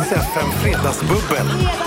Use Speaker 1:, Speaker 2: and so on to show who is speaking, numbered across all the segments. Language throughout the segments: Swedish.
Speaker 1: Rix FM Fredagsbubbel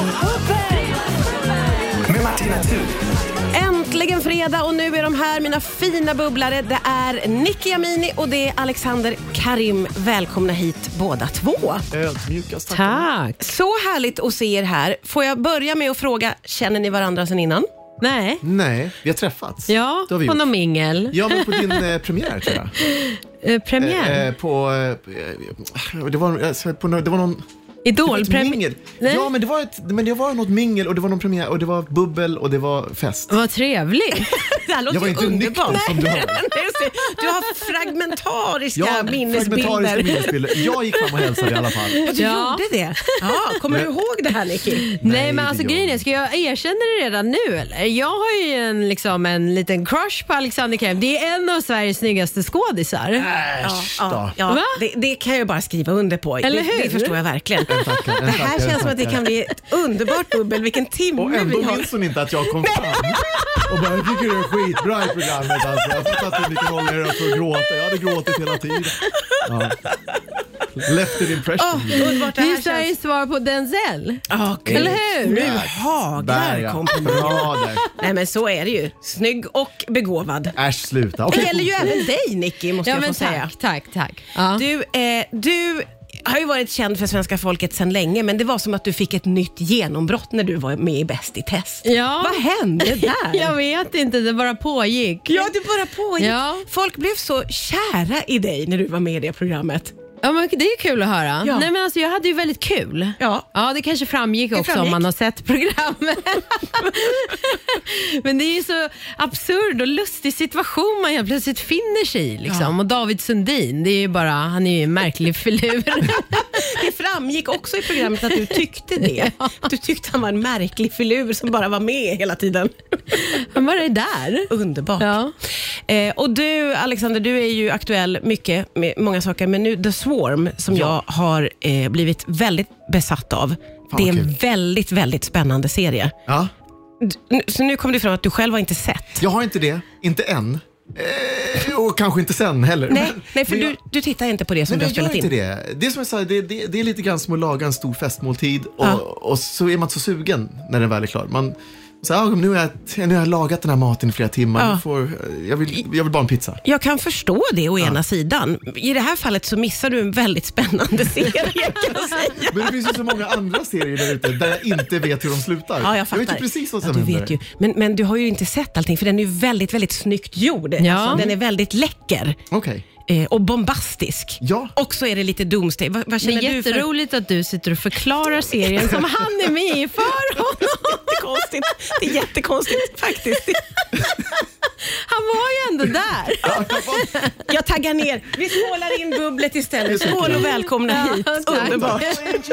Speaker 1: med Martina Thun.
Speaker 2: Äntligen fredag och nu är de här, mina fina bubblare. Det är Nicky Amini och det är Alexander Karim. Välkomna hit båda två.
Speaker 3: Ödmjukast.
Speaker 2: Tack. Så härligt att se er här. Får jag börja med att fråga, känner ni varandra sedan innan?
Speaker 3: Nej, vi har träffats.
Speaker 4: Ja,
Speaker 3: det har vi
Speaker 4: på
Speaker 3: gjort.
Speaker 4: någon mingel.
Speaker 3: Ja, men på din premiär tror jag.
Speaker 4: Premiär?
Speaker 3: Det var någon
Speaker 4: Idol-premiär?
Speaker 3: Ja, men det var något mingel och det var någon premiär och det var bubbel och det var fest.
Speaker 4: Vad trevligt.
Speaker 2: Det här låter
Speaker 3: Jag var inte
Speaker 2: underbart.
Speaker 3: nykter som du har.
Speaker 2: Du har fragmentariska minnesbilder.
Speaker 3: Jag gick fram och hälsade i alla fall.
Speaker 2: Du gjorde det? Ja, kommer du ihåg det här, Nicky?
Speaker 4: Nej, men alltså grejen är, ska jag erkänna det redan nu eller? Jag har ju en liten crush på Alexander Karim. Det är en av Sveriges snyggaste skådisar.
Speaker 2: Ja, det kan jag bara skriva under på.
Speaker 4: Eller hur?
Speaker 2: Det förstår jag verkligen. Det här känns som att det kan bli ett underbart bubbel. Vilken timme
Speaker 3: Och ändå
Speaker 2: vi har.
Speaker 3: minns hon inte att jag kom fram. Och bara, jag tycker det är skitbra i programmet. Alltså. Jag fattar inte vilken roll det är för att gråta. Jag hade gråtit hela tiden. Ja. Left an impression.
Speaker 2: Underbart,
Speaker 4: Det är
Speaker 2: här
Speaker 4: Sveriges svar på Denzel.
Speaker 2: Gud.
Speaker 4: Eller hur?
Speaker 2: Nu haglar komplimanger.
Speaker 3: Bra där.
Speaker 2: Nej, men så är det ju. Snygg och begåvad.
Speaker 3: Äsch, sluta.
Speaker 2: Det
Speaker 3: Okej.
Speaker 2: gäller ju även dig, Nicky, måste
Speaker 4: Ja,
Speaker 2: jag
Speaker 4: men
Speaker 2: få säga.
Speaker 4: tack. Ja.
Speaker 2: Du har ju varit känd för svenska folket sedan länge, men det var som att du fick ett nytt genombrott när du var med i Bäst i test.
Speaker 4: Ja.
Speaker 2: Vad hände där?
Speaker 4: Jag vet inte, det bara pågick.
Speaker 2: Ja, det bara pågick.
Speaker 4: Ja.
Speaker 2: Folk blev så kära i dig när du var med i det programmet.
Speaker 4: Ja, men det är kul att höra.
Speaker 2: Ja.
Speaker 4: Nej, men alltså, jag hade ju väldigt kul.
Speaker 2: Ja.
Speaker 4: Det kanske framgick också om man har sett programmet. Men det är ju så absurd och lustig situation man helt plötsligt finner sig i. Liksom.
Speaker 2: Ja.
Speaker 4: Och David Sundin, det är ju bara, han är ju en märklig filur.
Speaker 2: Det framgick också i programmet att du tyckte det.
Speaker 4: Ja.
Speaker 2: Du tyckte han var en märklig filur som bara var med hela tiden.
Speaker 4: Han bara är där.
Speaker 2: Underbart.
Speaker 4: Ja.
Speaker 2: Och du, Alexander, du är ju aktuell mycket med många saker, men nu The Swarm som jag har blivit väldigt besatt av. Det är en
Speaker 3: kul.
Speaker 2: väldigt, väldigt spännande serie.
Speaker 3: Ja.
Speaker 2: Så nu kom det fram att du själv har inte sett.
Speaker 3: Jag har inte det. Inte än. Och kanske inte sen heller.
Speaker 2: Nej, för du tittar inte på det som du har spelat in.
Speaker 3: Inte det. Det är som jag sa, det är lite grann som att laga en stor festmåltid och så är man så sugen när den väl är klar. Man så nu har jag lagat den här maten i flera timmar. Jag vill bara en pizza.
Speaker 2: Jag kan förstå det å ena sidan. I det här fallet så missar du en väldigt spännande serie, kan jag säga.
Speaker 3: Men det finns ju så många andra serier där ute där jag inte vet hur de slutar.
Speaker 2: Ja, jag fattar.
Speaker 3: vet ju precis vad som
Speaker 2: du
Speaker 3: händer.
Speaker 2: vet ju. Men du har ju inte sett allting, för den är ju väldigt, väldigt snyggt gjord.
Speaker 4: Ja.
Speaker 2: Alltså, den är väldigt läcker.
Speaker 3: Okej.
Speaker 2: Och bombastisk.
Speaker 3: Ja.
Speaker 2: Och så är det lite doomsday. Vad
Speaker 4: Det
Speaker 2: känner
Speaker 4: är
Speaker 2: du för?
Speaker 4: jätteroligt att du sitter och förklarar serien som han är med i för honom.
Speaker 2: Jättekonstigt. Det är jättekonstigt faktiskt.
Speaker 4: Han var ju ändå där.
Speaker 2: Jag taggar ner. Vi skålar in bubblet istället. Skål och välkomna hit.
Speaker 4: tack.
Speaker 2: Underbart.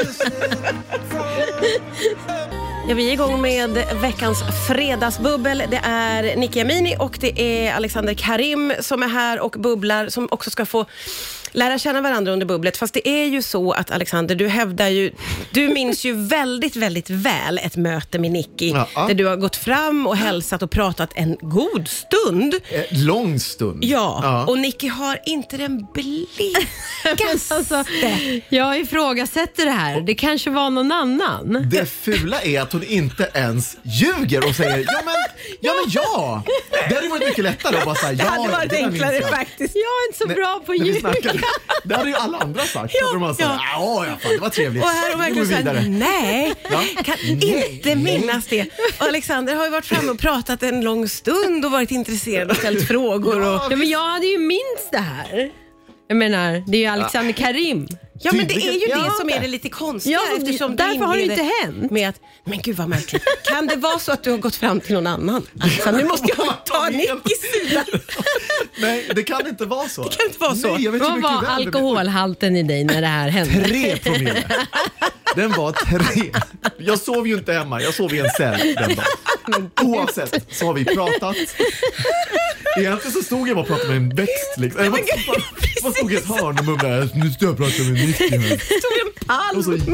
Speaker 2: Ja, vi är igång med veckans fredagsbubbel. Det är Nicky Amini och det är Alexander Karim som är här och bubblar, som också ska få lära känna varandra under bubblet. Fast det är ju så att Alexander, du minns ju väldigt, väldigt väl ett möte med Nicky där du har gått fram och hälsat och pratat en god stund.
Speaker 3: Lång stund.
Speaker 2: Ja, och Nicky har inte den blekaste.
Speaker 4: Alltså, jag ifrågasätter det här. Det kanske var någon annan.
Speaker 3: Det fula är att hon inte ens ljuger och säger ja. Det hade varit mycket lättare att bara säga
Speaker 2: Det hade varit enklare
Speaker 3: faktiskt.
Speaker 2: faktiskt.
Speaker 4: Jag är inte så bra på ljug.
Speaker 3: Det hade ju alla andra sagt. De bara sagt, fan, det var trevligt.
Speaker 2: Och här har verkligen sagt, nej, kan inte minnas det. Och Alexander har ju varit framme och pratat en lång stund och varit intresserad och ställt frågor.
Speaker 4: Ja, men jag hade ju minst det här. Jag menar, det är ju Alexander Karim.
Speaker 2: Ja, men det är ju det som är det lite konstiga.
Speaker 4: Ja,
Speaker 2: eftersom
Speaker 4: därför har det
Speaker 2: inleder
Speaker 4: inte hänt.
Speaker 2: med att, men gud vad märkligt. Kan det vara så att du har gått fram till någon annan? Alltså, nu måste jag ta Nickys sida.
Speaker 3: Nej, det kan inte vara så.
Speaker 2: Det kan inte vara så.
Speaker 3: Nej, jag vet
Speaker 4: Vad
Speaker 3: mycket
Speaker 4: var
Speaker 3: väl.
Speaker 4: alkoholhalten i dig när det här hände?
Speaker 3: 3 promille. Den var 3. Jag sov ju inte hemma. Jag sov i en cell den dagen. Oavsett så har vi pratat. Egentligen så stod jag bara och pratade med en växt. Liksom. Jag stod i ett hörn och mumlade, nu ska jag prata med Nicky.
Speaker 2: Det stod en Palm.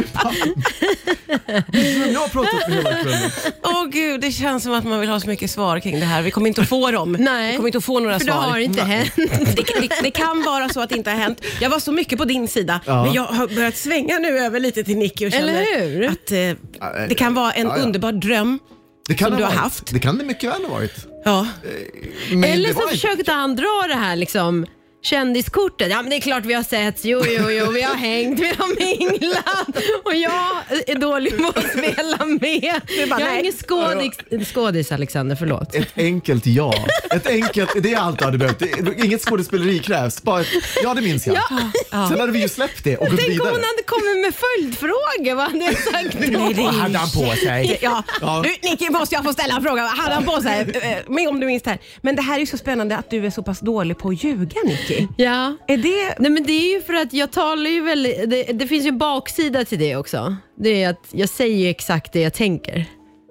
Speaker 3: Jag har pratat med hela kvällen.
Speaker 2: Gud, det känns som att man vill ha så mycket svar kring det här. Vi kommer inte att få dem.
Speaker 4: Nej.
Speaker 2: Vi kommer inte att få några
Speaker 4: för
Speaker 2: svar.
Speaker 4: det har inte hänt.
Speaker 2: Det kan vara så att det inte har hänt. Jag var så mycket på din sida, men jag har börjat svänga nu över lite till Nicky och känner att det kan vara en underbar dröm som du har haft.
Speaker 3: Det kan det mycket väl ha varit.
Speaker 2: Ja.
Speaker 4: Eller så försökte han dra det här liksom kändiskortet. Ja, men det är klart vi har sett. Jo, vi har hängt, vi har minglat. Och jag är dålig på att spela med. Jag är ingen skådis, Alexander, förlåt.
Speaker 3: Ett enkelt ja. Det är allt du hade behövt. Inget skådespeleri krävs. Bara det minns jag. Ja. Sen hade vi ju släppt det och gått vidare.
Speaker 4: Tänk om hon hade kommit med följdfrågor. Vad hade jag sagt då?
Speaker 3: Vad hade han på sig?
Speaker 2: Ja. Nu, Nicky, måste jag få ställa en fråga. Vad hade han på sig? Om du minns det här. Men det här är ju så spännande att du är så pass dålig på att ljuga, Nicky.
Speaker 4: Ja.
Speaker 2: Är det...
Speaker 4: Nej, men det är ju för att jag talar ju väldigt... Det finns ju en baksida till det också. Det är att jag säger exakt det jag tänker.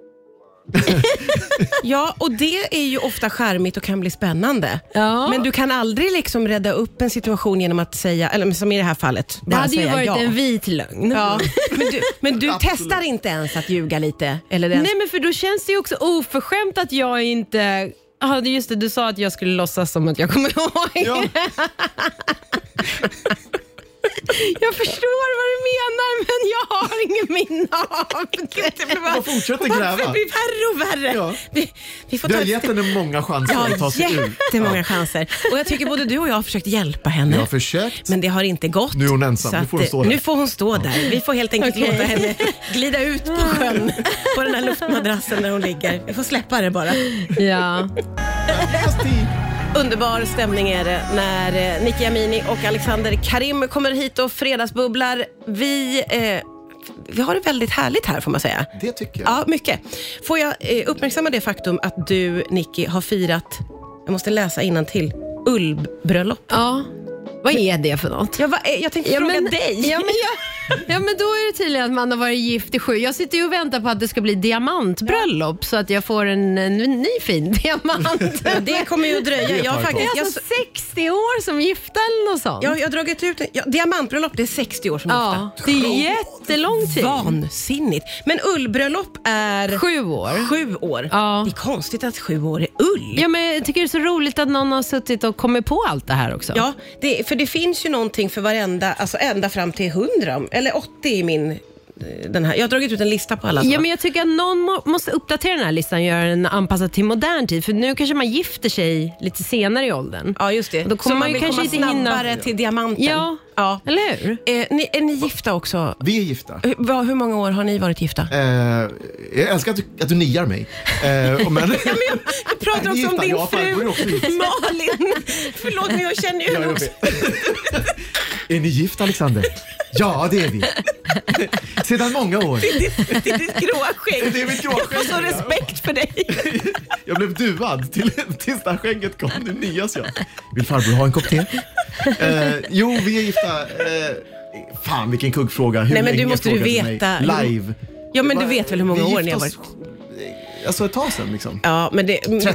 Speaker 2: Ja, och det är ju ofta charmigt och kan bli spännande.
Speaker 4: Ja.
Speaker 2: Men du kan aldrig liksom rädda upp en situation genom att säga, eller som i det här fallet,
Speaker 4: det hade ju varit en vit lögn.
Speaker 2: Ja. Men du testar inte ens att ljuga lite? Eller
Speaker 4: Nej, men för då känns det ju också oförskämt att jag inte... Ja, just det, du sa att jag skulle låtsas som att jag kommer ihåg.
Speaker 3: Ja.
Speaker 2: Jag förstår vad du menar, men jag har ingen minne av det.
Speaker 3: Man fortsätter gräva.
Speaker 2: Det blir värre och värre.
Speaker 3: Ja.
Speaker 2: Vi får
Speaker 3: du har gett henne många chanser att ta sig ur.
Speaker 2: Jättemånga chanser. Och jag tycker både du och jag har försökt hjälpa henne.
Speaker 3: Jag har försökt.
Speaker 2: Men det har inte gått.
Speaker 3: Nu är hon ensam.
Speaker 2: Nu får hon stå där. Vi får helt enkelt låta henne glida ut på sjön på den här luftmadrassen där hon ligger. Vi får släppa det bara.
Speaker 4: Ja.
Speaker 2: Underbar stämning är det när Nicky Amini och Alexander Karim kommer hit och fredagsbubblar. Vi har det väldigt härligt här, får man säga.
Speaker 3: Det tycker jag.
Speaker 2: Ja, mycket. Får jag uppmärksamma det faktum att du, Nicky, har firat, jag måste läsa innantill, ullbröllop.
Speaker 4: Ja. Vad är det för något?
Speaker 2: Jag tänkte fråga dig.
Speaker 4: Ja, men då är det tydligen att man har varit gift i 7. Jag sitter ju och väntar på att det ska bli diamantbröllop så att jag får en ny fin diamant.
Speaker 2: Det kommer ju att dröja. Jag
Speaker 4: är alltså 60 år som gifta eller något sånt.
Speaker 2: Jag har dragit ut diamantbröllop, det är 60 år som gifta.
Speaker 4: Det är jättelång tid.
Speaker 2: Vansinnigt. Men ullbröllop är
Speaker 4: 7 år.
Speaker 2: 7 år.
Speaker 4: Ja.
Speaker 2: Det är konstigt att 7 år är ull.
Speaker 4: Ja, men jag tycker det är så roligt att någon har suttit och kommit på allt det här också.
Speaker 2: Ja, för det finns ju någonting för varenda, alltså ända fram till 100 eller 80 i min den här. Jag har dragit ut en lista på alla.
Speaker 4: Ja, men jag tycker att någon måste uppdatera den här listan och göra den anpassad till modern tid. För nu kanske man gifter sig lite senare i åldern.
Speaker 2: Ja, just det.
Speaker 4: Och då kommer man ju kanske inte
Speaker 2: snabbare till diamanten.
Speaker 4: Ja, eller hur?
Speaker 2: Är ni gifta också?
Speaker 3: Vi är gifta.
Speaker 2: Hur många år har ni varit gifta?
Speaker 3: Jag älskar att du niar mig. Men
Speaker 2: jag pratar också om din fru Malin. Förlåt, men jag känner ju också.
Speaker 3: Är ni gift, Alexander? Ja, det är vi. Sedan många år.
Speaker 2: Det är ditt gråa skägg.
Speaker 3: Det är mitt gråa skägg.
Speaker 2: Jag får så respekt för dig.
Speaker 3: Jag blev duad tills det här skägget kom. Nu nias jag. Vill farbror ha en kopp te? Jo, vi är gifta. Fan, vilken kuggfråga.
Speaker 2: Nej, men du måste du veta.
Speaker 3: Live.
Speaker 2: Ja, men du vet väl hur många år ni har varit?
Speaker 3: Alltså ett tag sedan liksom.
Speaker 2: Ja, men det...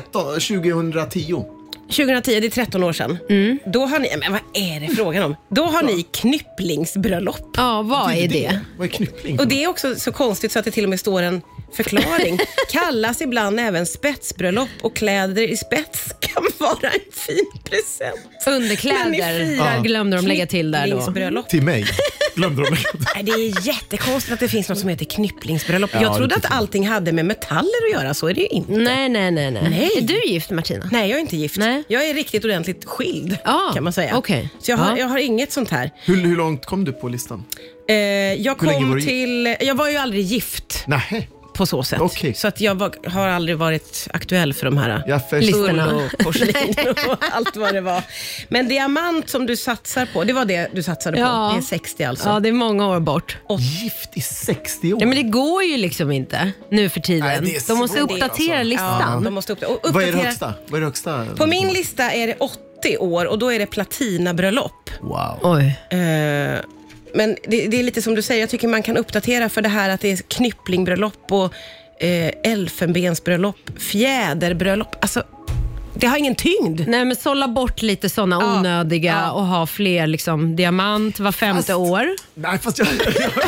Speaker 3: 2010.
Speaker 2: 2010, det är 13 år sedan. Då har ni, men vad är det frågan om? Då har ni knypplingsbröllop.
Speaker 4: Ja, vad är det?
Speaker 3: Vad är knyppling?
Speaker 2: Och det är också så konstigt så att det till och med står en förklaring. Kallas ibland även spetsbröllop och kläder i spets kan vara en fin present.
Speaker 4: Underkläder glömde de lägga till där då.
Speaker 3: Till mig glömde de lägga till.
Speaker 2: Det är jättekonstigt att det finns något som heter knypplingsbröllop. Jag trodde att allting hade med metaller att göra, så är det ju inte.
Speaker 4: Nej. Är du gift, Martina?
Speaker 2: Nej, jag är inte gift.
Speaker 4: Nej.
Speaker 2: Jag är riktigt ordentligt skild, kan man säga.
Speaker 4: Okay.
Speaker 2: Så jag har inget sånt här.
Speaker 3: Hur långt kom du på listan?
Speaker 2: Jag var ju aldrig gift.
Speaker 3: Nej.
Speaker 2: På så sätt.
Speaker 3: Okay.
Speaker 2: Så att jag har aldrig varit aktuell för de här
Speaker 4: listorna
Speaker 2: och porslin och allt vad det var. Men diamant som du satsar på, det var det du satsade på. Det är 60 alltså.
Speaker 4: Ja, det är många år bort.
Speaker 3: Och gift i 60 år?
Speaker 4: Ja, men det går ju liksom inte nu för tiden.
Speaker 3: Nej,
Speaker 4: de måste uppdatera listan.
Speaker 2: Ja, de måste uppdatera.
Speaker 3: Vad är det högsta?
Speaker 2: På min lista är det 80 år och då är det platinabröllop.
Speaker 3: Wow.
Speaker 4: Oj.
Speaker 2: Men det är lite som du säger, jag tycker man kan uppdatera för det här att det är knypplingbröllop och elfenbensbröllop, fjäderbröllop. Alltså, Det har ingen tyngd.
Speaker 4: Nej, men sålla bort lite sådana onödiga och ha fler liksom, diamant var 5:e år.
Speaker 3: Nej, fast jag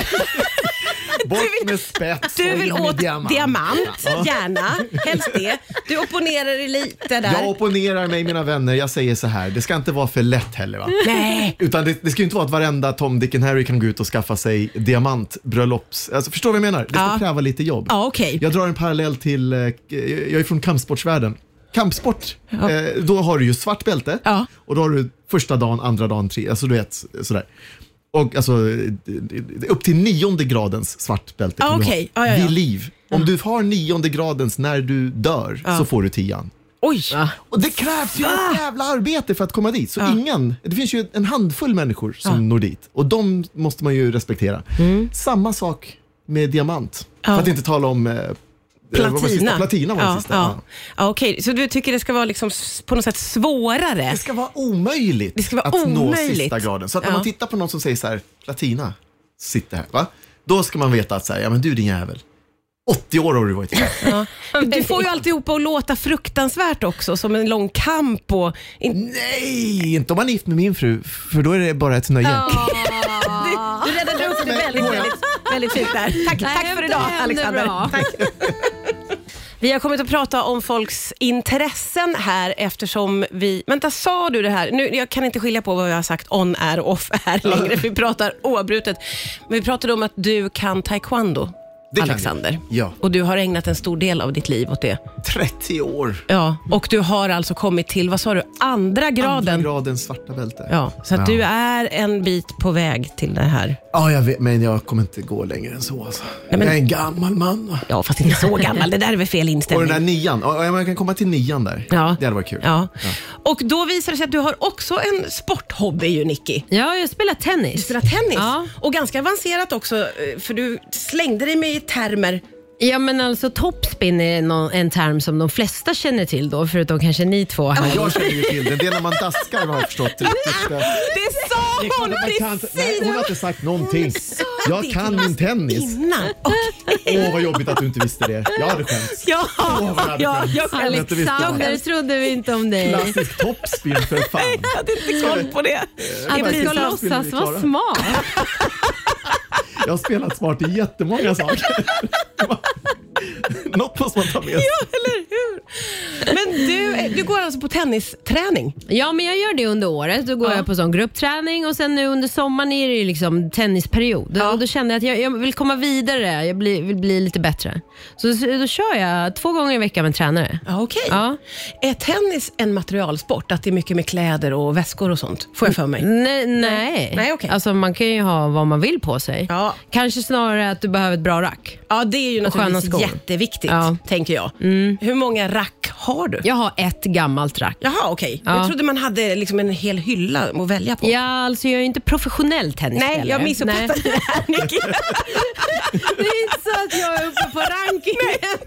Speaker 3: bort med spets.
Speaker 2: Du
Speaker 3: och
Speaker 2: vill
Speaker 3: in med
Speaker 2: åt diamant, gärna. Helst det. Du opponerar dig lite där.
Speaker 3: Jag opponerar mig, mina vänner. Jag säger så här, det ska inte vara för lätt heller, va?
Speaker 2: Nej.
Speaker 3: Utan det ska ju inte vara att varenda Tom, Dick and Harry kan gå ut och skaffa sig diamantbröllops. Alltså, förstår du vad jag menar? Det ska kräva lite jobb.
Speaker 2: Ja, okej.
Speaker 3: Jag drar en parallell till, jag är från kampsportsvärlden. Kampsport, då har du ju svart bälte och då har du första dagen, andra dagen, tre, alltså du vet, sådär. Och alltså upp till 9:e gradens svart bälte kan du ha vid liv. Om du har 9:e gradens när du dör så får du 10:an.
Speaker 2: Oj!
Speaker 3: Och det krävs ju ett jävla arbete för att komma dit. Så det finns ju en handfull människor som når dit. Och de måste man ju respektera. Samma sak med diamant. För att inte tala om platina var det sista.
Speaker 2: Okej, så du tycker det ska vara liksom på något sätt svårare?
Speaker 3: Det ska vara omöjligt att nå sista graden. Så att när man tittar på någon som säger så här, platina sitter här, va? Då ska man veta att så här, ja men du din jävel, 80 år har du varit här.
Speaker 2: Du får ju alltihopa att låta fruktansvärt också, som en lång kamp.
Speaker 3: Nej, inte om man är gift med min fru, för då är det bara ett nöje.
Speaker 2: Du räddade upp det väldigt fint där. Tack för idag, Alexander. Tack. Vi har kommit att prata om folks intressen här eftersom vi... Vänta, sa du det här? Nu, jag kan inte skilja på vad jag har sagt on air och off air längre. Vi pratar oavbrutet. Men vi pratade om att du kan taekwondo, Alexander.
Speaker 3: Ja.
Speaker 2: Och du har ägnat en stor del av ditt liv åt det.
Speaker 3: 30 år.
Speaker 2: Ja, och du har alltså kommit till, vad sa du, andra graden?
Speaker 3: Andra graden svarta bälte.
Speaker 2: Ja, så att du är en bit på väg till det här.
Speaker 3: Ja, jag vet, men jag kommer inte gå längre än så. Alltså.
Speaker 2: Nej, men...
Speaker 3: Jag är en gammal man.
Speaker 2: Ja, fast inte så gammal. Det där är väl fel inställning.
Speaker 3: Och den där 9:an, man kan komma till 9:an där.
Speaker 2: Ja.
Speaker 3: Det hade varit kul.
Speaker 2: Ja. Och då visar det sig att du har också en sporthobby ju, Nicky.
Speaker 4: Ja, jag spelar tennis.
Speaker 2: Du spelar tennis?
Speaker 4: Ja.
Speaker 2: Och ganska avancerat också, för du slängde dig med i termer.
Speaker 4: Ja, men alltså topspin är en term som de flesta känner till då, förutom kanske ni två här.
Speaker 3: Jag känner ju till det. Det är när man daskar, har jag förstått.
Speaker 2: Det sa hon precis!
Speaker 3: Nej, hon har inte sagt någonting. Jag kan min tennis.
Speaker 2: Innan.
Speaker 3: Vad jobbigt att du inte visste det. Jag hade skämt.
Speaker 4: Alexander, trodde vi inte om dig.
Speaker 3: Klassisk topspin för fan.
Speaker 2: Jag hade inte koll på det.
Speaker 4: Att du ska låtsas vara smart.
Speaker 3: Jag har spelat smart i jättemånga saker. Något måste man ta med sig.
Speaker 2: Ja, eller hur? Men du går alltså på tennisträning?
Speaker 4: Ja, men jag gör det under året. Då går jag på sån gruppträning och sen nu under sommaren är det ju liksom tennisperiod. Och då kände jag att jag vill komma vidare. Jag vill bli lite bättre. Så då kör jag 2 gånger i veckan med en tränare.
Speaker 2: Okej. Ja. Är tennis en materialsport? Att det är mycket med kläder och väskor och sånt? Får jag för mig?
Speaker 4: Nej, okay. Alltså man kan ju ha vad man vill på sig. Ja. Kanske snarare att du behöver ett bra rack.
Speaker 2: Ja, det är ju naturligtvis jätteviktigt, tänker jag. Hur många rack har du?
Speaker 4: Jag har ett gammalt rack.
Speaker 2: Jaha, okej. Jag trodde man hade liksom en hel hylla att välja på.
Speaker 4: Ja, alltså jag är inte professionell tennisspelare.
Speaker 2: Nej, jag missuppfattade det här, Nicky.
Speaker 4: Det är inte så att jag är uppe på rankingen.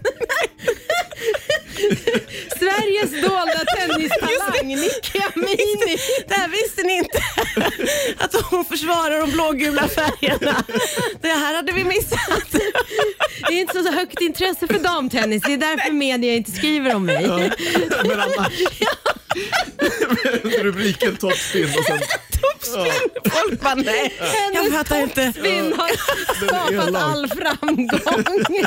Speaker 4: Sveriges dolda tennistalang, Nicky Amini.
Speaker 2: Det här visste ni inte. Att hon försvarar de blågula färgerna. Det här hade vi missat.
Speaker 4: Det är inte så högt intresse för damtennis. Det är därför media inte skriver om mig.
Speaker 3: Ja, men annars. Rubriken toppspin och sen...
Speaker 2: Toppspin? Folk bara, nej. Jag fattar inte.
Speaker 4: Toppspin har skapat all framgång.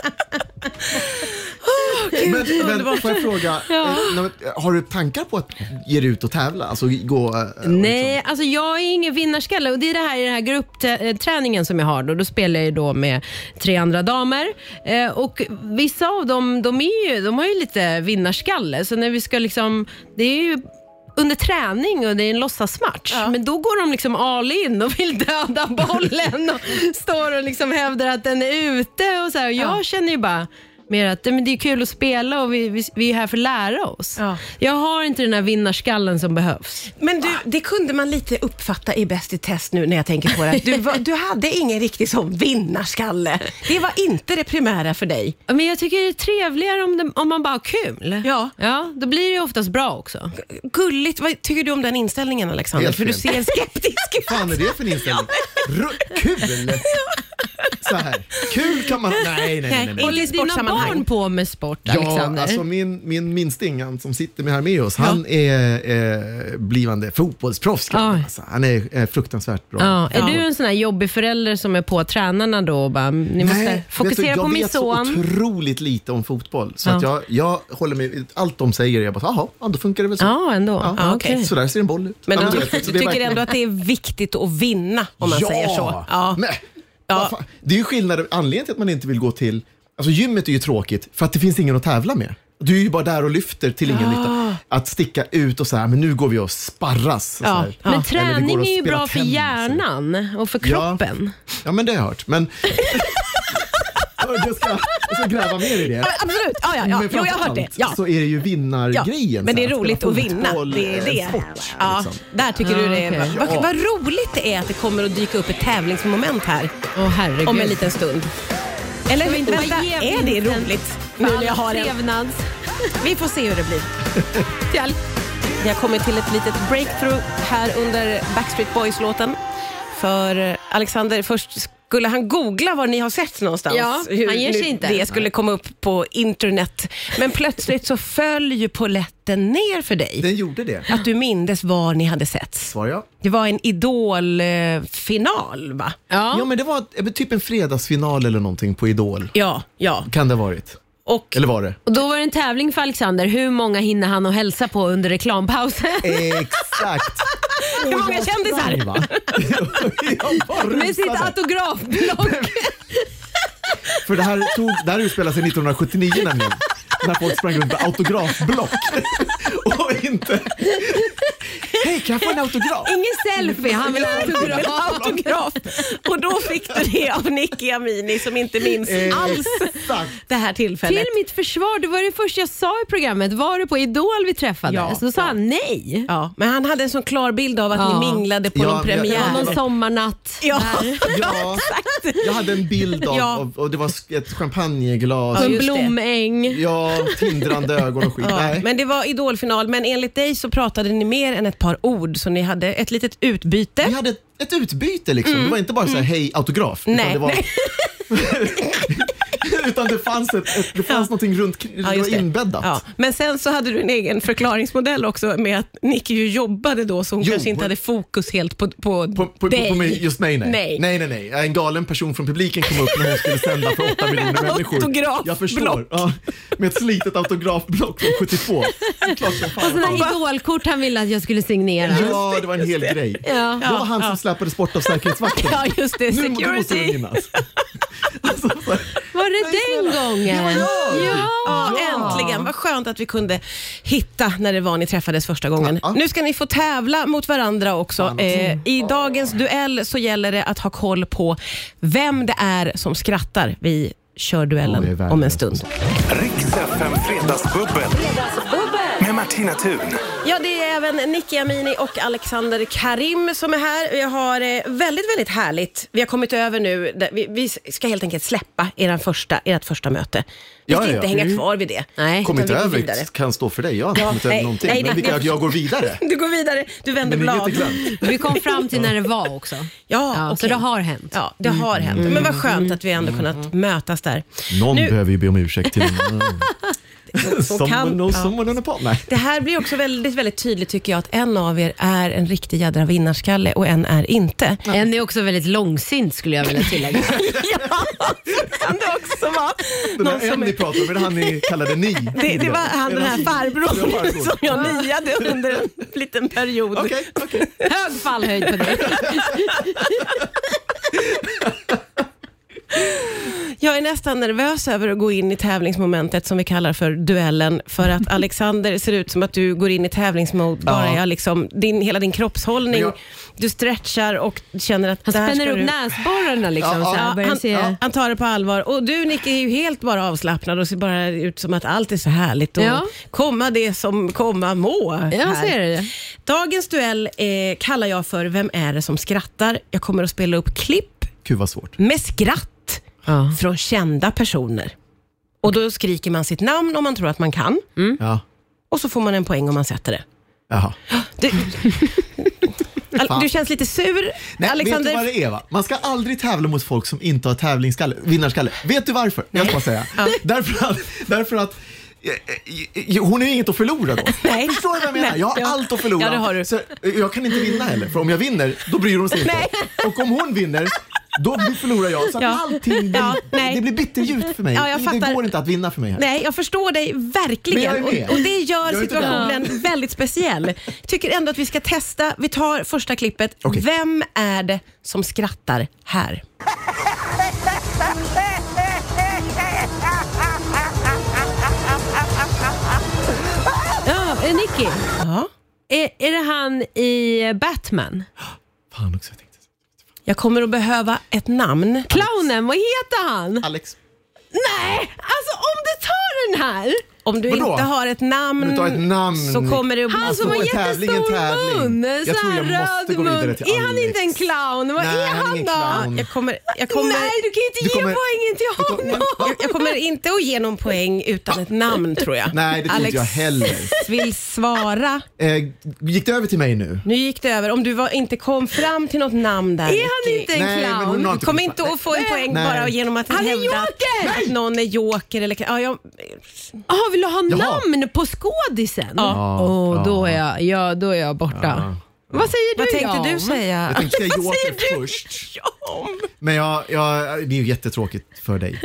Speaker 3: Men får jag fråga, har du tankar på att ge dig ut och tävla? Alltså gå...
Speaker 4: Nej, alltså jag är ingen vinnarskalle. Och det är det här i den här gruppträningen som jag har då spelar jag då med 3 andra damer. Och vissa av dem, de har ju lite vinnarskalle. Så när vi ska liksom, det är ju under träning och det är en låtsasmatch. Men då går de liksom all in och vill döda bollen och står och liksom hävdar att den är ute och så här. Och jag känner ju bara mer att men det är kul att spela och vi är här för att lära oss. Jag har inte den här vinnarskallen som behövs.
Speaker 2: Men du, det kunde man lite uppfatta i Bäst i test nu när jag tänker på det. Du hade ingen riktig sån vinnarskalle. Det var inte det primära för dig.
Speaker 4: Men jag tycker det är trevligare om man bara har kul. Ja, då blir det ju oftast bra också.
Speaker 2: Gulligt. Vad tycker du om den inställningen, Alexander? För du ser skeptisk ut.
Speaker 3: Vad fan är det för en inställning? Kul! så här. Kul kan man... Nej.
Speaker 4: Håller dina barn på med sport, Alexander?
Speaker 3: Ja, alltså min minsting som sitter här med oss, han är blivande fotbollsproffs. Alltså. Han är fruktansvärt bra.
Speaker 4: Ja. Är du en sån här jobbig förälder som är på tränarna då och bara, ni måste fokusera på min son?
Speaker 3: Jag vet så otroligt lite om fotboll, så att jag håller med allt de säger. Jag bara, jaha, då funkar det väl så.
Speaker 4: Ja, ändå.
Speaker 2: Okay.
Speaker 3: Så där ser en boll ut.
Speaker 2: Men du tycker ändå att det är viktigt att vinna, om man säger så? Ja, men
Speaker 3: det är ju skillnad. Anledningen till att man inte vill gå till... Alltså gymmet är ju tråkigt för att det finns ingen att tävla med. Du är ju bara där och lyfter till ingen nytta. Att sticka ut och så här, men nu går vi och sparras. Så här.
Speaker 4: Men träning är ju bra för hjärnan och för kroppen.
Speaker 3: Ja, men det har jag hört. Men... Jag ska gräva mer i det.
Speaker 2: Absolut, jo, jag har hört det.
Speaker 3: Så är det ju vinnargrejen.
Speaker 2: Men det är roligt att vinna. Det är det.
Speaker 3: Sport,
Speaker 2: där tycker du det är. Vad roligt det är att det kommer att dyka upp ett tävlingsmoment här.
Speaker 4: Herregud.
Speaker 2: Om en liten stund. Eller vänta, är det roligt? Nu när jag har en. Vi får se hur det blir. Vi har kommit till ett litet breakthrough här under Backstreet Boys-låten. För Alexander, först skulle han googla vad ni har sett någonstans.
Speaker 4: Ja, han ger sig inte.
Speaker 2: Det skulle komma upp på internet. Men plötsligt så föll ju polletten ner för dig.
Speaker 3: Den gjorde det.
Speaker 2: Att du mindes vad ni hade sett.
Speaker 3: Svar ja.
Speaker 2: Det var en Idol-final, va?
Speaker 3: Ja, men det var typ en fredagsfinal eller någonting på Idol.
Speaker 2: Ja.
Speaker 3: Kan det ha varit? Eller var det?
Speaker 4: Och då var det en tävling för Alexander. Hur många hinner han att hälsa på under reklampausen?
Speaker 3: Exakt.
Speaker 2: Hur många kändisar?
Speaker 4: Med sitt autografblock.
Speaker 3: För det här utspelar sig 1979 nämligen. När folk sprang runt med autografblock. Och inte... Hej, kan jag få en autograf?
Speaker 4: Ingen selfie, han vill ha
Speaker 2: autograf. Och då fick du det av Nicky Amini som inte minns alls det här tillfället.
Speaker 4: Till mitt försvar, det var det första jag sa i programmet. Var det på Idol vi träffades? Så sa han nej.
Speaker 2: Ja, men han hade en sån klar bild av att ni minglade på någon premiär.
Speaker 4: Någon sommarnatt.
Speaker 3: Ja, jag hade en bild av och det var ett champagneglas.
Speaker 4: En blomäng.
Speaker 3: Ja, tindrande ögon och skit. Nej.
Speaker 2: Men det var Idolfinal, men enligt dig så pratade ni mer än ett par ord, så ni hade ett litet utbyte.
Speaker 3: Vi hade ett utbyte liksom. Det var inte bara så här, hej, autograf.
Speaker 2: Nej.
Speaker 3: Det var... Utan det fanns någonting runt, det var inbäddat.
Speaker 2: Ja. Men sen så hade du en egen förklaringsmodell också med att Nicky ju jobbade då, så hon kanske inte hade fokus helt på dig.
Speaker 3: På mig, just mig, nej. Nej. En galen person från publiken kom upp när hon skulle sända för 8 miljoner människor. Jag förstår. Ja, med ett slitet autografblock från 72.
Speaker 4: Och sådana idolkort han ville att jag skulle signera.
Speaker 3: Ja, det var en hel grej. Det var han som släppade sport av säkerhetsvakten.
Speaker 2: Ja, just det.
Speaker 3: Security.
Speaker 4: Alltså, var det den gången?
Speaker 2: Ja, äntligen. Vad skönt att vi kunde hitta när det var ni träffades första gången. Nu ska ni få tävla mot varandra också. I dagens duell så gäller det att ha koll på vem det är som skrattar. Vi kör duellen om en stund.
Speaker 1: Rix FM Fredagsbubbel med Martina Thun.
Speaker 2: Ja, det är även Nicky Amini och Alexander Karim som är här. Vi har väldigt, väldigt härligt. Vi har kommit över nu. Vi ska helt enkelt släppa ert första möte. Vi ska inte hänga kvar vid det.
Speaker 3: Nej, kommit över kan stå för dig. Jag har inte kommit över någonting. Men jag går vidare.
Speaker 2: Du går vidare. Du vänder blad.
Speaker 4: Vi kom fram till när det var också.
Speaker 2: Ja,
Speaker 4: så det har hänt.
Speaker 2: Ja, det har hänt. Men vad skönt att vi ändå kunnat mötas där.
Speaker 3: Någon behöver ju be om ursäkt till
Speaker 2: Det här blir också väldigt, väldigt tydligt tycker jag, att en av er är en riktig jädra vinnarskalle och en är inte.
Speaker 4: En är också väldigt långsint, skulle jag vilja tillägga.
Speaker 2: Kan det också vara.
Speaker 3: Den här en ni pratar om, är det han ni kallade ni?
Speaker 2: Det var han, den här farbror som jag niade under en liten period.
Speaker 3: Okay.
Speaker 4: Hög fallhöjd på det.
Speaker 2: Jag är nästan nervös över att gå in i tävlingsmomentet som vi kallar för duellen, för att Alexander ser ut som att du går in i tävlingsmode. Bara jag liksom, hela din kroppshållning, du stretchar och känner att
Speaker 4: han spänner upp näsborrarna liksom.
Speaker 2: Han tar det på allvar. Och du, Nicky, är ju helt bara avslappnad och ser bara ut som att allt är så härligt och komma det som komma må.
Speaker 4: Jag ser det.
Speaker 2: Dagens duell kallar jag för Vem är det som skrattar? Jag kommer att spela upp klipp.
Speaker 3: Gud vad svårt.
Speaker 2: Med skratt från kända personer. Och då skriker man sitt namn om man tror att man kan. Och så får man en poäng om man sätter det.
Speaker 3: Jaha.
Speaker 2: Du känns lite sur,
Speaker 3: Nej,
Speaker 2: Alexander.
Speaker 3: vet du vad det är, va? Man ska aldrig tävla mot folk som inte har vinnarskalle. Vet du varför? Jag ska säga. Därför att hon är inget att förlora då.
Speaker 2: Nej.
Speaker 3: Förstår du vad jag menar? Jag har allt att förlora.
Speaker 2: Ja, det har du.
Speaker 3: Så jag kan inte vinna heller. För om jag vinner, då bryr hon sig inte. Och om hon vinner, då förlorar jag. Så att allting det blir bitterljut för mig. Det går inte att vinna för mig här.
Speaker 2: Nej, jag förstår dig verkligen. Och det gör situationen väldigt speciell. Jag tycker ändå att vi ska testa. Vi tar första klippet. Okay. Vem är det som skrattar här?
Speaker 4: Nicky.
Speaker 2: Ja.
Speaker 4: Är det han i Batman?
Speaker 3: Fan också, jag tänkte.
Speaker 2: Jag kommer att behöva ett namn.
Speaker 4: Clownen, vad heter han?
Speaker 3: Alex.
Speaker 4: Nej, alltså om du tar den här.
Speaker 2: Om du inte har ett namn, så kommer det att bli...
Speaker 4: Han som har jättestor mun.
Speaker 3: Jag tror jag måste gå vidare till Alex.
Speaker 4: Är han inte en clown? Vad är han då?
Speaker 2: Jag kommer...
Speaker 4: Nej, du kan inte ge poängen till honom.
Speaker 2: Jag kommer inte att ge någon poäng utan ett namn, tror jag.
Speaker 3: Nej, det tror inte jag heller.
Speaker 2: Alex vill svara.
Speaker 3: Gick det över till mig nu?
Speaker 2: Nu gick det över. Om du inte kom fram till något namn där.
Speaker 4: Är han inte en clown?
Speaker 2: Du kommer inte att få en poäng bara genom att hävda att någon är joker. Eller... Vill du ha namn på skådisen?
Speaker 3: Ja.
Speaker 4: Då är jag borta. Ja. Vad säger du?
Speaker 2: Vad tänkte du säga?
Speaker 3: Jag tänkte säga joker först. Men det är ju jättetråkigt för dig.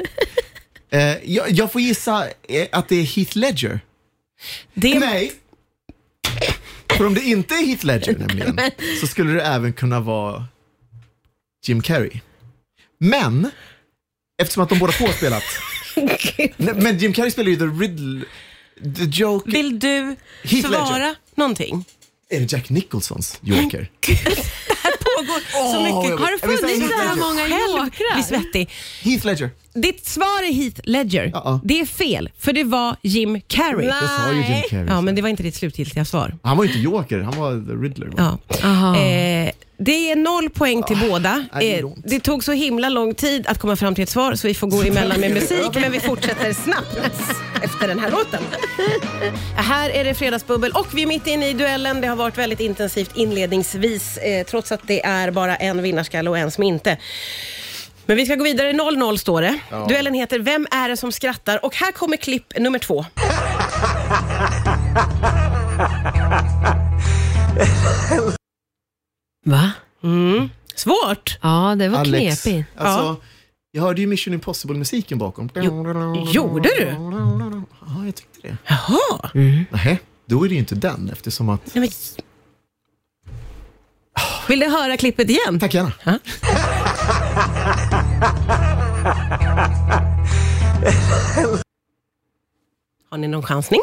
Speaker 3: Jag får gissa att det är Heath Ledger. Nej. För om det inte är Heath Ledger nämligen, så skulle det även kunna vara Jim Carrey. Men eftersom att de båda två har spelat. Men Jim Carrey spelar ju The Riddle, The Joker.
Speaker 2: Vill du svara någonting?
Speaker 3: Är det Jack Nicholsons Joker?
Speaker 2: Det här pågår så mycket.
Speaker 4: Har det funnits så här många jokrar?
Speaker 2: Bli svettig.
Speaker 3: Heath Ledger.
Speaker 2: Ditt svar är Heath Ledger. Det är fel, för det var Jim Carrey.
Speaker 3: Jag sa ju Jim Carrey.
Speaker 2: Ja, men det var inte ditt slutgiltiga svar.
Speaker 3: Han var ju inte Joker, han var The Riddler.
Speaker 2: Ja. Det är 0 poäng till båda. Det tog så himla lång tid att komma fram till ett svar, så vi får gå emellan med musik, men vi fortsätter snabbt efter den här låten. Här är det fredagsbubbel och vi är mitt inne i duellen. Det har varit väldigt intensivt inledningsvis, trots att det är bara en vinnarskalle och en som inte. Men vi ska gå vidare. 0-0 står det. Duellen heter Vem är det som skrattar? Och här kommer klipp nummer 2.
Speaker 4: Va?
Speaker 2: Svårt.
Speaker 4: Ja, det var
Speaker 3: Alex,
Speaker 4: knepigt.
Speaker 3: alltså, jag hörde ju Mission Impossible-musiken bakom.
Speaker 2: Gjorde du?
Speaker 3: Ja, jag tyckte det.
Speaker 2: Jaha.
Speaker 3: Nej, då är det ju inte den, eftersom att...
Speaker 2: Nej, men... Vill du höra klippet igen?
Speaker 3: Tack gärna.
Speaker 2: Har ni någon chansning?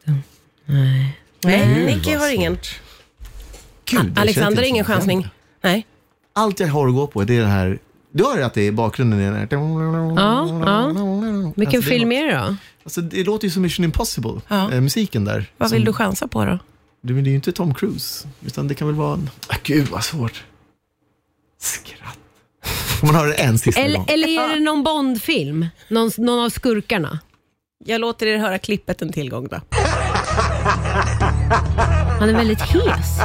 Speaker 4: Nej.
Speaker 2: Nicky har ingen.
Speaker 3: Gud,
Speaker 2: Alexander har ingen chansning. Nej.
Speaker 3: Allt jag har att gå på är det här. Du hör att det är bakgrunden är där.
Speaker 4: Ja. Vilken film är det då?
Speaker 3: Alltså, det låter ju som Mission Impossible, musiken där.
Speaker 2: Vad vill du chansa på då?
Speaker 3: Det är ju inte Tom Cruise, utan det kan väl vara en... Gud, vad svårt. Skratt. Får man höra det en sista gång?
Speaker 4: Eller är det någon Bond-film? Någon av skurkarna?
Speaker 2: Jag låter er höra klippet en tillgång då.
Speaker 4: Han är väldigt hes.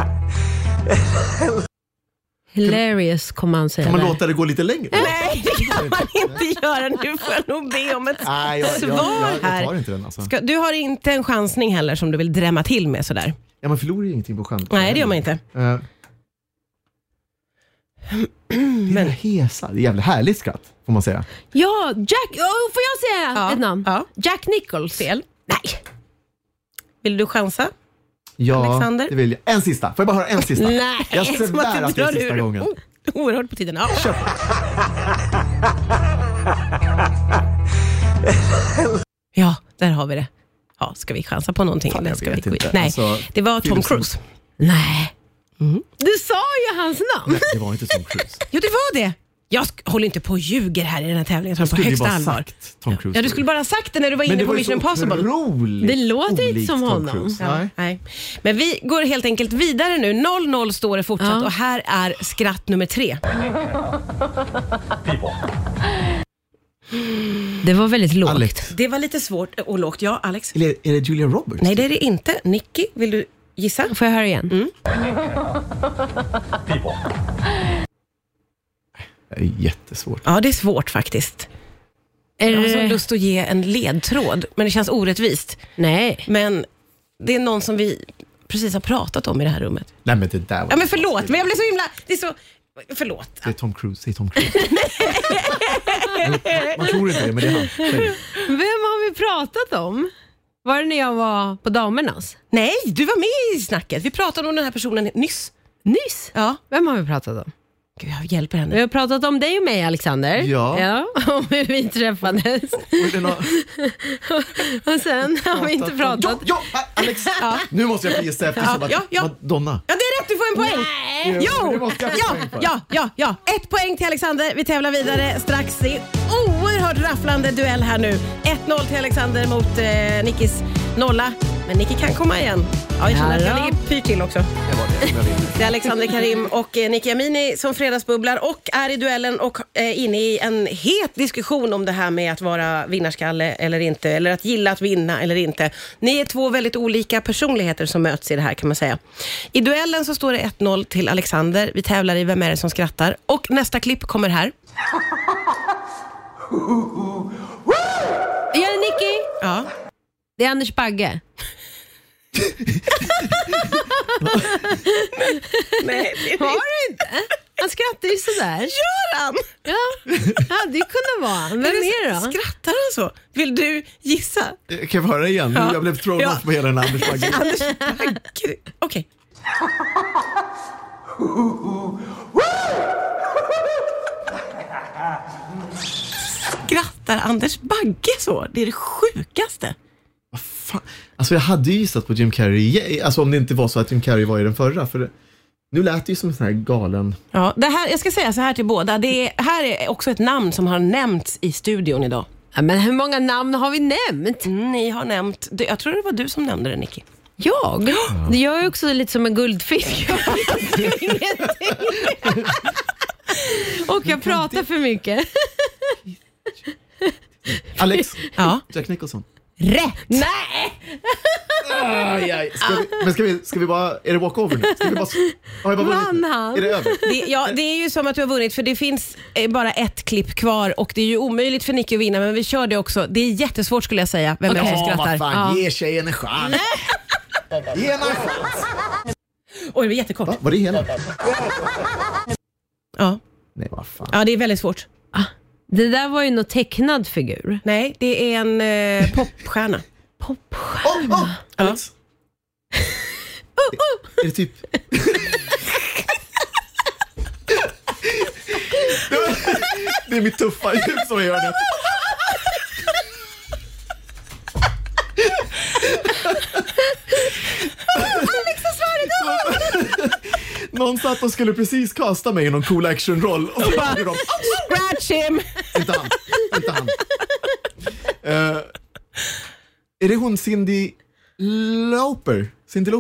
Speaker 4: Hilarious, kommer man säga.
Speaker 3: Kan man
Speaker 4: där.
Speaker 3: låta det gå lite längre?
Speaker 2: Nej, det kan man inte göra. Nu får jag nog be om ett svar här.
Speaker 3: Jag tar inte den alltså.
Speaker 2: Du har inte en chansning heller som du vill drämma till med sådär?
Speaker 3: Ja, man förlorar ju ingenting på chans.
Speaker 2: Nej, det gör man inte.
Speaker 3: Men hesa, det är jävligt härligt skratt, får man säga.
Speaker 4: Ja, Jack... får jag säga ett namn?
Speaker 2: Ja.
Speaker 4: Jack Nichols.
Speaker 2: Fel. Nej. Vill du chansa?
Speaker 3: Ja,
Speaker 2: Alexander?
Speaker 3: det vill jag. En sista. Får jag bara höra en sista?
Speaker 2: Nej,
Speaker 3: jag svär att det är sista gången.
Speaker 2: Oerhört på tiden. Ja.
Speaker 3: Kör.
Speaker 2: Ja, där har vi det. Ja, ska vi chansa på någonting?
Speaker 3: Fan,
Speaker 2: eller ska
Speaker 3: jag
Speaker 2: vi
Speaker 3: vet inte.
Speaker 2: Nej,
Speaker 3: Alltså,
Speaker 2: det var Tom Cruise.
Speaker 4: Nej. Du sa ju hans namn.
Speaker 3: Nej, det var inte Tom Cruise.
Speaker 2: Jo, det var det. Jag håller inte på och ljuger här i den här tävlingen. Jag
Speaker 3: skulle
Speaker 2: på
Speaker 3: ju
Speaker 2: högsta
Speaker 3: bara
Speaker 2: allvar.
Speaker 3: sagt Tom Cruise.
Speaker 2: Ja, du skulle bara ha sagt det när du var inne på Mission Impossible.
Speaker 4: Det låter inte som honom.
Speaker 2: Ja, nej. Men vi går helt enkelt vidare nu. 0-0 står det fortsatt och här är skratt nummer 3.
Speaker 4: Det var väldigt lågt.
Speaker 3: Alex.
Speaker 2: Det var lite svårt och lågt. Ja, Alex.
Speaker 3: Eller är det Julia Roberts?
Speaker 2: Nej, det är det inte. Nicky, vill du Gissa.
Speaker 4: Får jag höra igen?
Speaker 3: Det är jättesvårt.
Speaker 2: Ja, det är svårt faktiskt. Jag har så lust att ge en ledtråd, men det känns orättvist.
Speaker 4: Nej.
Speaker 2: Men det är någon som vi precis har pratat om i det här rummet.
Speaker 3: Nej, men det där var...
Speaker 2: Ja, men förlåt, men jag blev så himla... Det är så... Förlåt.
Speaker 3: Det är Tom Cruise, säg Tom Cruise. Man tror inte det, men det är han.
Speaker 4: Vem har vi pratat om? Var det när jag var på damernas?
Speaker 2: Nej, du var med i snacket. Vi pratade om den här personen nyss.
Speaker 4: Nyss?
Speaker 2: Ja.
Speaker 4: Vem har vi pratat om?
Speaker 2: Gud, jag hjälper henne.
Speaker 4: Vi har pratat om dig och mig, Alexander.
Speaker 3: Ja.
Speaker 4: Om hur vi träffades. Och sen har vi inte pratat.
Speaker 3: Ja, Alex. Ja. Nu måste jag få gissa efter Madonna.
Speaker 2: Ja, det är rätt. Du får en poäng.
Speaker 4: Nej.
Speaker 2: Ja. 1 poäng till Alexander. Vi tävlar vidare strax. Det är oerhört rafflande duell här nu. 1-0 till Alexander mot Nickis 0. Men Nicky kan komma igen. Ja, jag känner att jag ligger pyrt till också. Det är Alexander Karim och Nicky Amini som fredagsbubblar och är i duellen och inne i en het diskussion om det här med att vara vinnarskalle eller inte, eller att gilla att vinna eller inte. Ni är 2 väldigt olika personligheter som möts i det här, kan man säga. I duellen så står det 1-0 till Alexander. Vi tävlar i Vem är det som skrattar? Och nästa klipp kommer här.
Speaker 4: Jag är Nicky.
Speaker 2: Ja.
Speaker 4: Det är Anders Bagge.
Speaker 2: Nej,
Speaker 4: har du inte? Han skrattar ju sådär.
Speaker 2: Gör han?
Speaker 4: Ja, hade ju kunnat vara. Vem är det då?
Speaker 2: Skrattar han så? Vill du gissa?
Speaker 3: Kan jag höra igen? Ja. Jag blev thrown off på hela den Anders Bagge.
Speaker 2: Anders Bagge. Okej. Skrattar Anders Bagge så? Det är det sjukaste.
Speaker 3: Vad fan? Alltså jag hade ju gissat på Jim Carrey. Alltså om det inte var så att Jim Carrey var i den förra. För nu lät det ju som en sån här galen...
Speaker 2: Ja, det här, jag ska säga så här till båda. Här är också ett namn som har nämnts i studion idag.
Speaker 4: Ja, men hur många namn har vi nämnt?
Speaker 2: Ni har nämnt... Jag tror det var du som nämnde det, Nicky.
Speaker 4: Jag? Ja. Det gör ju också lite som en guldfisk. Och jag pratar för mycket.
Speaker 3: Alex.
Speaker 2: Ja.
Speaker 3: Jack Nicholson.
Speaker 4: Rätt! Nej!
Speaker 3: Ska vi bara... Är det walkover nu? Ska vi bara...
Speaker 4: Vann han?
Speaker 3: Är det över?
Speaker 2: Det är ju som att du har vunnit, för det finns bara ett klipp kvar och det är ju omöjligt för Nicky att vinna, men vi kör det också. Det är jättesvårt skulle jag säga. Vem är det som skrattar?
Speaker 3: Vad fan, ge tjejen en chans. Ge henne en chans.
Speaker 2: Oj, det var jättekort.
Speaker 3: Va? Var det hela?
Speaker 2: Ja.
Speaker 3: Nej, vad fan.
Speaker 2: Ja, det är väldigt svårt.
Speaker 4: Det där var ju någon tecknad figur.
Speaker 2: Nej, det är en popstjärna.
Speaker 4: Popstjärna?
Speaker 3: Alex. Är det typ... Det är mitt tuffa ljud som gör det.
Speaker 2: Alex har svarat.
Speaker 3: Någon satt och skulle precis kasta mig i någon cool actionroll och så bara de,
Speaker 2: scratch him.
Speaker 3: Inte han. Är det hon Cyndi Lauper?
Speaker 4: Du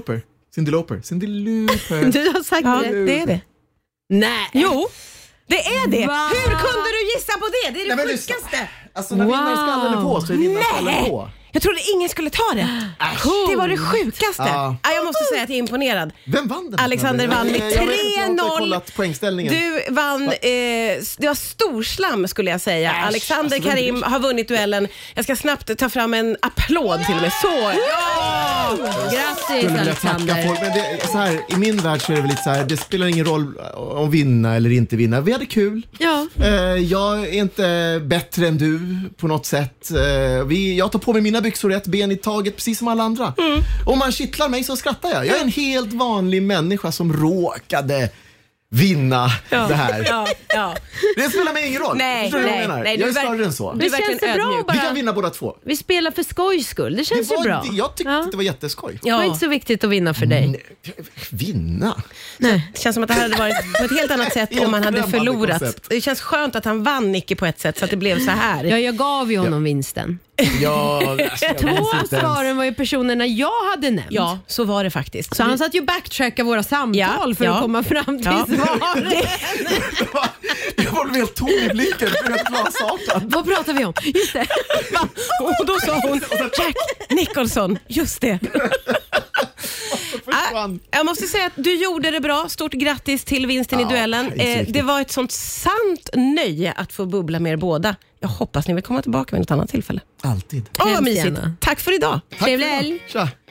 Speaker 4: har sagt
Speaker 2: det är det.
Speaker 4: Nej.
Speaker 2: Jo, det är det.
Speaker 4: Va?
Speaker 2: Hur kunde du gissa på det? Det är det sjukaste.
Speaker 3: Alltså när vinnarskallen är på så är vinnarskallen på.
Speaker 2: Jag trodde ingen skulle ta det. Det var det sjukaste. Jag måste säga att jag är imponerad.
Speaker 3: Vem vann den?
Speaker 2: Alexander vann med 3-0.
Speaker 3: Jag har inte kollat poängställningen.
Speaker 2: Du vann, det var storslam skulle jag säga. Alexander Karim har vunnit duellen. Jag ska snabbt ta fram en applåd till och med. Så, ja!
Speaker 4: Grattis Alexander.
Speaker 3: Men det, så här, i min värld så är det väl lite så här, det spelar ingen roll om vinna eller inte vinna. Vi hade kul.
Speaker 4: Ja.
Speaker 3: Jag är inte bättre än du på något sätt. Jag tar på mig mina byxor ett ben i taget precis som alla andra. Om man kittlar mig så skrattar jag. Jag är en helt vanlig människa som råkade vinna det här.
Speaker 2: Ja.
Speaker 3: Det spelar mig ingen roll.
Speaker 2: Nej,
Speaker 3: jag är större än så.
Speaker 4: Det känns så bra bara.
Speaker 3: Vi kan vinna båda två.
Speaker 4: Vi spelar för skojs skull. Det känns ju bra.
Speaker 3: Jag tyckte det var jätteskoj.
Speaker 4: Det var inte så viktigt att vinna för dig.
Speaker 3: Vinna?
Speaker 2: Nej. Det känns som att det här hade varit på ett helt annat sätt om man hade förlorat.
Speaker 3: Koncept.
Speaker 2: Det känns skönt att han vann Nicky på ett sätt så att det blev så här.
Speaker 4: Ja, jag gav ju honom vinsten. Två av svaren var ju personerna jag hade nämnt.
Speaker 2: Ja, så var det faktiskt.
Speaker 4: Så han satt ju backtracka våra samtal för att komma fram till svaret.
Speaker 3: Jag var helt tom i blicken.
Speaker 4: Vad pratar vi om? Just det.
Speaker 2: Och då sa hon Jack Nicholson. Just det. Jag måste säga att du gjorde det bra. Stort grattis till vinsten i duellen. Det var ett sånt sant nöje att få bubbla med er båda. Jag hoppas ni vill komma tillbaka vid något annat tillfälle.
Speaker 3: Alltid.
Speaker 2: Vad mysigt. Tack för idag.
Speaker 4: Trevlig helg.
Speaker 3: Tja.